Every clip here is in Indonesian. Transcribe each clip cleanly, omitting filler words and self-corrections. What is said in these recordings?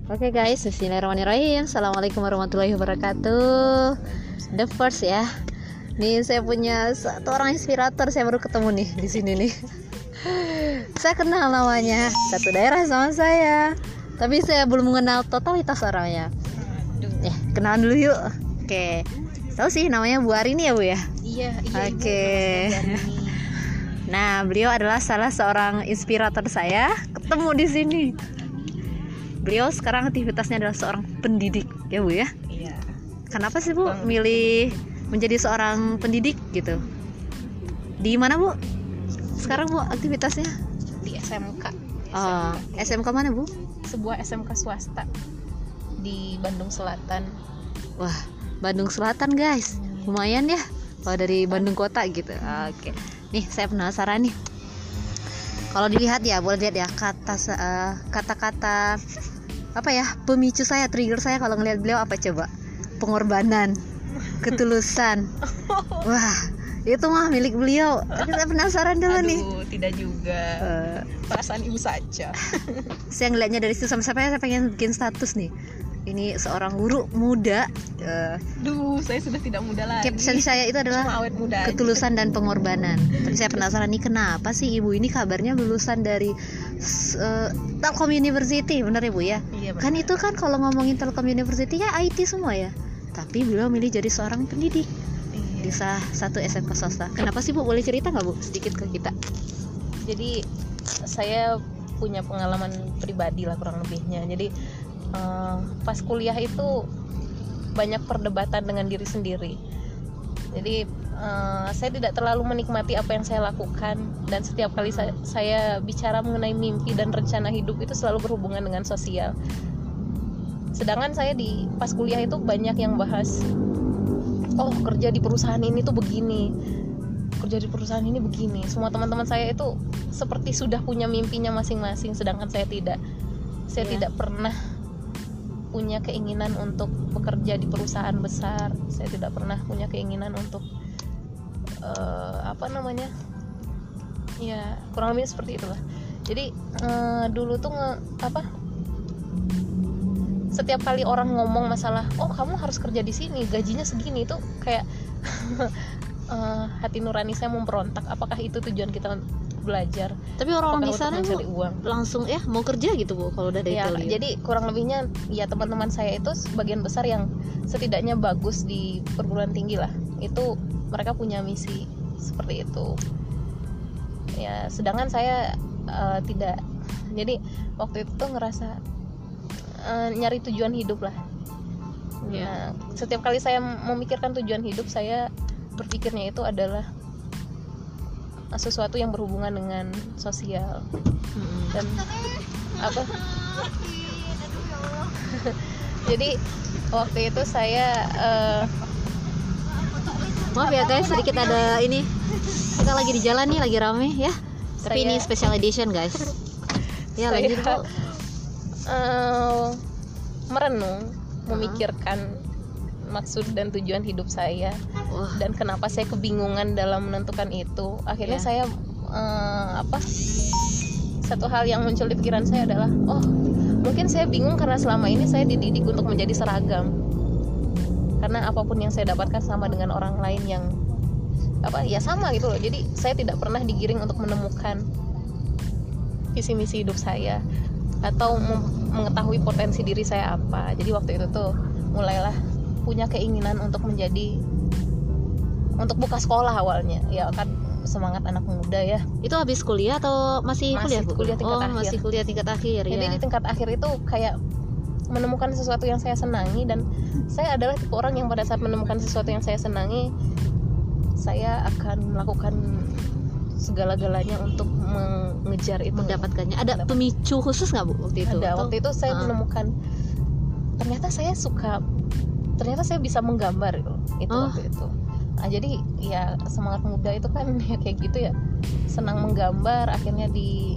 Oke guys, bismillahirrahmanirrahim. Assalamualaikum warahmatullahi wabarakatuh. The first ya. Nih saya punya satu orang inspirator, saya baru ketemu nih di sini nih. Saya kenal namanya, satu daerah sama saya. Tapi saya belum mengenal totalitas orangnya. Kenalan dulu yuk. Oke. Tahu sih namanya Bu Arini ya, Bu ya? Iya. Oke. Nah, beliau adalah salah seorang inspirator saya ketemu di sini. Beliau sekarang aktivitasnya adalah seorang pendidik, ya Bu ya? Iya. Kenapa sih Bu milih menjadi seorang pendidik gitu? Di mana Bu? Sekarang Bu aktivitasnya? Di SMK. Oh, SMK mana Bu? Sebuah SMK swasta di Bandung Selatan. Wah, Bandung Selatan guys, lumayan ya. Kalau dari Bandung kota gitu. Oke. Nih saya penasaran nih. Kalau dilihat ya, boleh lihat ya kata-kata apa ya, pemicu saya, trigger saya kalau ngelihat beliau apa coba? Pengorbanan, ketulusan. Wah, itu mah milik beliau. Saya penasaran dulu nih. Tidak juga. Perasaan ibu saja. Saya ngelihatnya dari situ sampai saya pengen bikin status nih. Ini seorang guru muda. Saya sudah tidak muda lagi. Caption saya itu adalah awet muda ketulusan dan pengorbanan. Tapi saya penasaran nih, kenapa sih ibu ini kabarnya lulusan dari Telkom University, benar ya Bu ya? Iya, benar. Kan itu kan kalau ngomongin Telkom University ya IT semua ya. Tapi beliau milih jadi seorang pendidik di salah satu SMK swasta. Kenapa sih Bu? Boleh cerita nggak Bu sedikit ke kita? Jadi saya punya pengalaman pribadi lah kurang lebihnya. Jadi pas kuliah itu banyak perdebatan dengan diri sendiri. Jadi saya tidak terlalu menikmati apa yang saya lakukan, dan setiap kali saya bicara mengenai mimpi dan rencana hidup itu selalu berhubungan dengan sosial. Sedangkan saya pas kuliah itu banyak yang bahas, oh kerja di perusahaan ini tuh begini, kerja di perusahaan ini begini. Semua teman-teman saya itu seperti sudah punya mimpinya masing-masing, sedangkan saya tidak. Saya tidak pernah punya keinginan untuk bekerja di perusahaan besar. Saya tidak pernah punya keinginan untuk ya kurang lebih seperti itulah. Jadi dulu tuh setiap kali orang ngomong masalah, oh kamu harus kerja di sini, gajinya segini, itu kayak hati nurani saya memberontak. Apakah itu tujuan kita belajar? Tapi orang-orang di sana Bu uang langsung mau kerja gitu Bu kalau udah dari ya, kuliah. jadi kurang lebihnya ya teman-teman saya itu sebagian besar yang setidaknya bagus di perguruan tinggi lah, itu mereka punya misi seperti itu ya, sedangkan saya tidak. Jadi waktu itu tuh ngerasa nyari tujuan hidup lah. Nah, setiap kali saya memikirkan tujuan hidup, saya berpikirnya itu adalah sesuatu yang berhubungan dengan sosial. Dan jadi waktu itu saya maaf ya guys, sedikit ada ini, kita lagi di jalan nih, lagi rame ya. Tapi ini special edition guys. Ya lanjut Bu. Merenung, memikirkan maksud dan tujuan hidup saya. Dan kenapa saya kebingungan dalam menentukan itu. Akhirnya saya satu hal yang muncul di pikiran saya adalah, oh mungkin saya bingung karena selama ini saya dididik untuk menjadi seragam, karena apapun yang saya dapatkan sama dengan orang lain yang sama gitu loh. Jadi saya tidak pernah digiring untuk menemukan visi misi hidup saya atau mengetahui potensi diri saya apa. Jadi waktu itu tuh mulailah punya keinginan untuk buka sekolah awalnya ya kan, semangat anak muda ya. Itu habis kuliah atau masih kuliah Bu? Kuliah tingkat akhir. Masih kuliah tingkat akhir ya. Jadi di tingkat akhir itu kayak menemukan sesuatu yang saya senangi, dan saya adalah tipe orang yang pada saat menemukan sesuatu yang saya senangi, saya akan melakukan segala-galanya untuk mengejar itu, mendapatkannya. Ada pemicu khusus nggak Bu waktu itu? Ada. Waktu itu saya menemukan ternyata saya bisa menggambar itu waktu itu. Nah, jadi ya semangat muda itu kan ya kayak gitu ya, senang menggambar. Akhirnya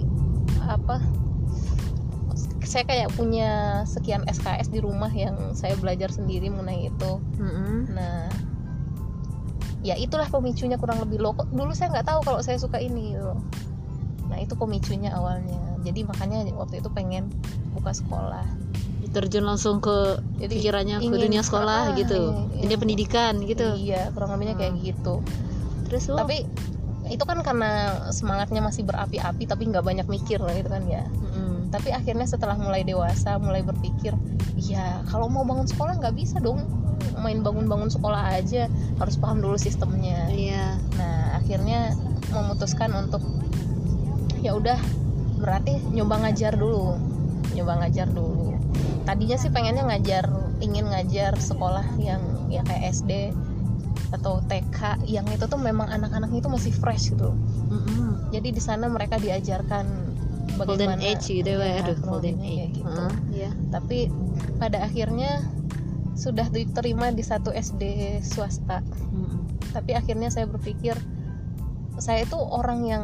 saya kayak punya sekian SKS di rumah yang saya belajar sendiri mengenai itu. Nah ya itulah pemicunya kurang lebih. Dulu saya nggak tahu kalau saya suka ini gitu. Nah itu pemicunya awalnya. Jadi makanya waktu itu pengen buka sekolah. terjun langsung ke Jadi pikirannya ke ingin- dunia sekolah gitu, iya. dunia pendidikan gitu. Iya, kurang lebihnya kayak gitu. Terus Bu? Tapi itu kan karena semangatnya masih berapi-api tapi nggak banyak mikir gitu kan ya. Tapi akhirnya setelah mulai dewasa, mulai berpikir, ya kalau mau bangun sekolah nggak bisa dong main bangun-bangun sekolah aja, harus paham dulu sistemnya. Iya. Nah akhirnya memutuskan untuk ya udah berarti nyoba ngajar dulu. Tadinya sih pengennya ingin ngajar sekolah yang ya kayak SD atau TK yang itu tuh memang anak-anaknya itu masih fresh gitu. Jadi di sana mereka diajarkan Golden bagaimana age gitu ya, aduh golden age. gitu. Iya. Tapi pada akhirnya sudah diterima di satu SD swasta. Tapi akhirnya saya berpikir saya itu orang yang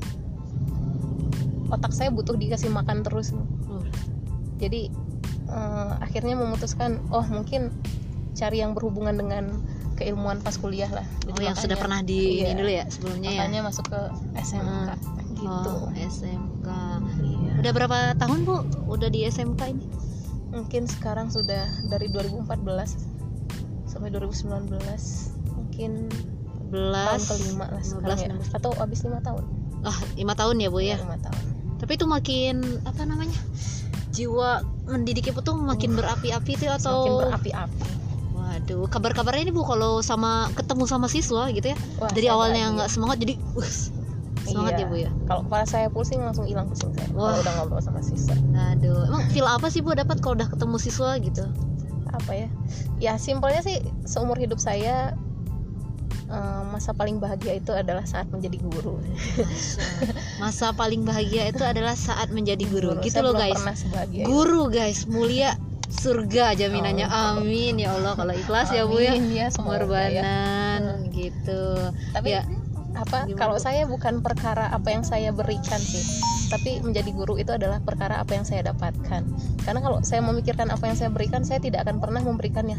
otak saya butuh dikasih makan terus. Jadi akhirnya memutuskan mungkin cari yang berhubungan dengan keilmuan pas kuliah lah. Jadi yang sudah pernah di ini dulu ya sebelumnya ya. Makanya masuk ke SMK gitu. SMK. Iya. Udah berapa tahun Bu udah di SMK ini? Mungkin sekarang sudah dari 2014 sampai 2019 mungkin 11 tahun kelima lah sekarang ya. Atau habis 5 tahun. 5 tahun ya Bu ya. 5 tahun. Tapi itu makin apa namanya? Jiwa mendidik itu tuh makin berapi-api itu atau Semakin berapi-api. Waduh, kabar-kabarnya ini Bu kalau ketemu sama siswa gitu ya. Wah, dari awalnya nggak semangat jadi semangat iya. ya Bu ya. Kalau kepala saya pusing langsung hilang pusing saya. Kalau udah ngobrol sama siswa. Aduh, emang feel apa sih Bu dapat kalau udah ketemu siswa gitu? Apa ya? Ya simpelnya sih seumur hidup saya masa paling bahagia itu adalah saat menjadi guru. Masa paling bahagia itu adalah saat menjadi guru. Gitu saya loh belum guys. pernah sebahagia Guru guys, mulia surga jaminannya. Amin ya Allah kalau ikhlas ya Bu ya. Pengorbanan gitu. Tapi ya, kalau saya bukan perkara apa yang saya berikan sih, tapi menjadi guru itu adalah perkara apa yang saya dapatkan. Karena kalau saya memikirkan apa yang saya berikan, saya tidak akan pernah memberikan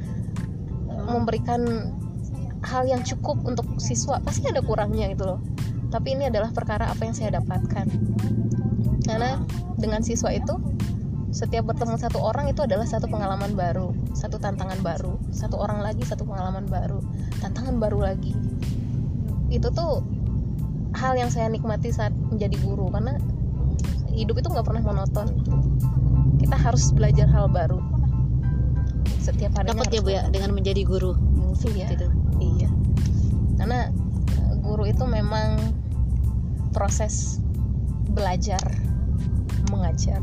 hal yang cukup untuk siswa, pasti ada kurangnya gitu loh. Tapi ini adalah perkara apa yang saya dapatkan. Karena dengan siswa itu setiap bertemu satu orang itu adalah satu pengalaman baru, satu tantangan baru, satu orang lagi satu pengalaman baru, tantangan baru lagi. Itu tuh hal yang saya nikmati saat menjadi guru, karena hidup itu nggak pernah monoton. Kita harus belajar hal baru setiap harinya. Dapat ya Bu ya dengan menjadi guru. Iya. Gitu. Iya. Karena guru itu memang proses belajar mengajar.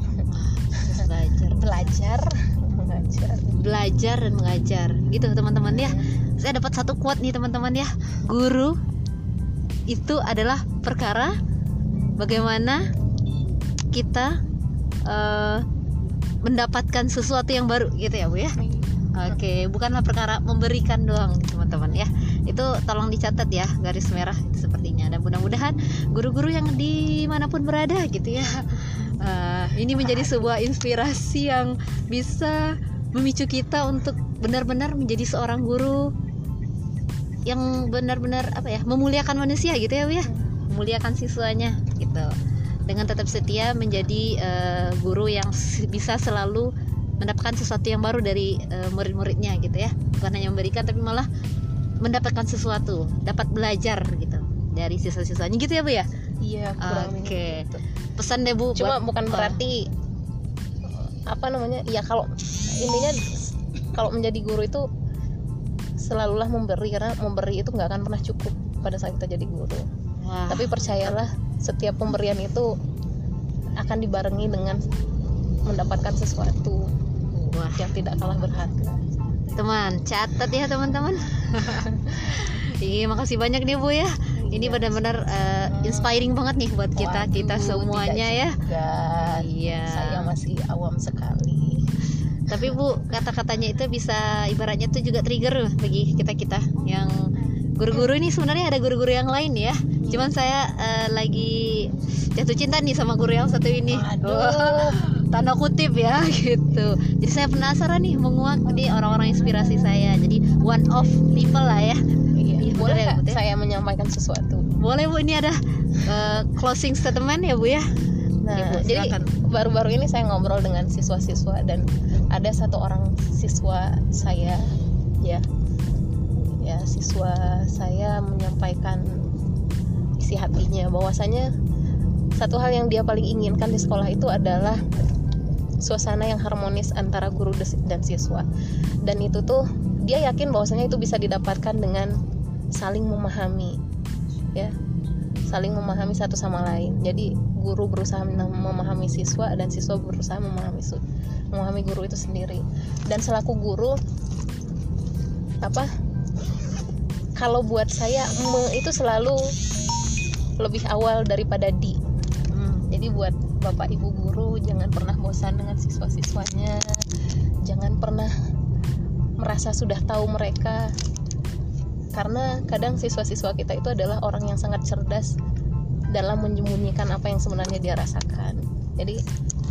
Belajar dan mengajar. Gitu teman-teman ya. Saya dapat satu quote nih teman-teman ya. Guru itu adalah perkara bagaimana kita mendapatkan sesuatu yang baru gitu ya Bu ya. Oke, bukanlah perkara memberikan doang teman-teman ya. Itu tolong dicatat ya, garis merah itu sepertinya. Dan mudah-mudahan guru-guru yang dimanapun berada gitu ya, ini menjadi sebuah inspirasi yang bisa memicu kita untuk benar-benar menjadi seorang guru yang benar-benar memuliakan manusia gitu ya Bu ya, memuliakan siswanya gitu. Dengan tetap setia menjadi guru yang bisa selalu mendapatkan sesuatu yang baru dari murid-muridnya gitu ya, bukan hanya memberikan tapi malah mendapatkan sesuatu, dapat belajar gitu dari siswa-siswanya gitu ya Bu ya. Iya. Oke. Pesan deh Bu. Cuma bukan berarti ya kalau intinya kalau menjadi guru itu selalulah memberi, karena memberi itu nggak akan pernah cukup pada saat kita jadi guru. Wah. Tapi percayalah setiap pemberian itu akan dibarengi dengan mendapatkan sesuatu yang tidak kalah berharga. Teman, catat ya teman-teman. Iya, makasih banyak nih Bu ya. Ini benar-benar inspiring banget nih buat kita semuanya ya. Iya. Saya masih awam sekali. Tapi Bu, kata-katanya itu bisa ibaratnya tuh juga trigger bagi kita yang guru-guru ini. Sebenarnya ada guru-guru yang lain ya. Cuman saya lagi jatuh cinta nih sama guru yang satu ini. Tanda kutip ya gitu. Jadi saya penasaran nih menguak nih orang-orang inspirasi saya. Jadi one of people lah ya. Iya, boleh ya, Bu, saya menyampaikan sesuatu? Boleh Bu, ini ada closing statement ya Bu ya. Nah, jadi baru-baru ini saya ngobrol dengan siswa-siswa dan ada satu orang siswa saya ya siswa saya menyampaikan isi hatinya bahwasanya satu hal yang dia paling inginkan di sekolah itu adalah suasana yang harmonis antara guru dan siswa, dan itu tuh dia yakin bahwasanya itu bisa didapatkan dengan saling memahami ya, saling memahami satu sama lain. Jadi guru berusaha memahami siswa dan siswa berusaha memahami guru itu sendiri. Dan selaku guru kalau buat saya itu selalu lebih awal daripada di. Jadi buat bapak ibu guru, jangan pernah bosan dengan siswa-siswanya, jangan pernah merasa sudah tahu mereka, karena kadang siswa-siswa kita itu adalah orang yang sangat cerdas dalam menyembunyikan apa yang sebenarnya dia rasakan. Jadi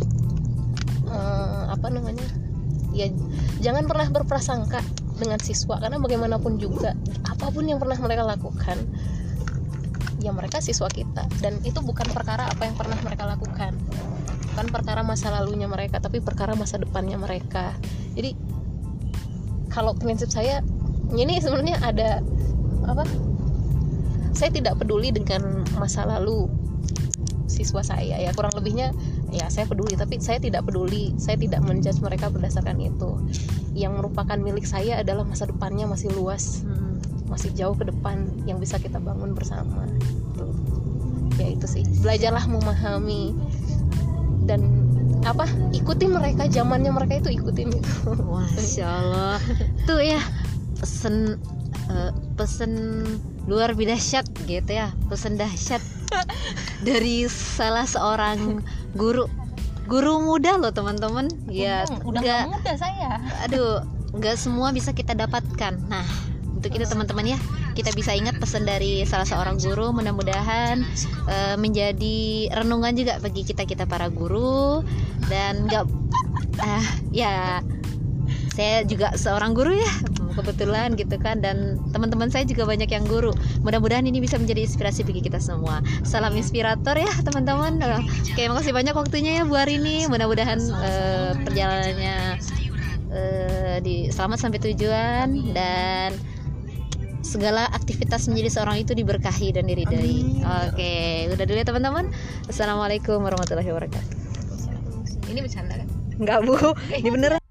ya jangan pernah berprasangka dengan siswa, karena bagaimanapun juga apapun yang pernah mereka lakukan, ya mereka siswa kita, dan itu bukan perkara apa yang pernah mereka lakukan, bukan perkara masa lalunya mereka, tapi perkara masa depannya mereka. Jadi kalau prinsip saya ini sebenarnya ada saya tidak peduli dengan masa lalu siswa saya ya, kurang lebihnya ya saya peduli, tapi saya tidak peduli, saya tidak menjudge mereka berdasarkan itu. Yang merupakan milik saya adalah masa depannya masih luas, masih jauh ke depan yang bisa kita bangun bersama. Ya itu sih, belajarlah memahami dan ikuti mereka, zamannya mereka itu ikutin itu. Masya Allah, tuh ya pesen luar biasa gitu ya, pesen dahsyat dari salah seorang guru muda loh teman-teman ya. Udah gak muda saya. Aduh, nggak semua bisa kita dapatkan. Nah, untuk itu teman-teman ya, kita bisa ingat pesan dari salah seorang guru. Mudah-mudahan menjadi renungan juga bagi kita para guru. Dan ya saya juga seorang guru ya, kebetulan gitu kan, dan teman-teman saya juga banyak yang guru. Mudah-mudahan ini bisa menjadi inspirasi bagi kita semua. Salam inspirator ya teman-teman. Oke, makasih banyak waktunya ya Bu hari ini. Mudah-mudahan perjalanannya selamat sampai tujuan, dan segala aktivitas menjadi seorang itu diberkahi dan diridai. Oke, udah dulu ya teman-teman. Assalamualaikum warahmatullahi wabarakatuh. Ini bercanda kan? Enggak Bu, ini beneran.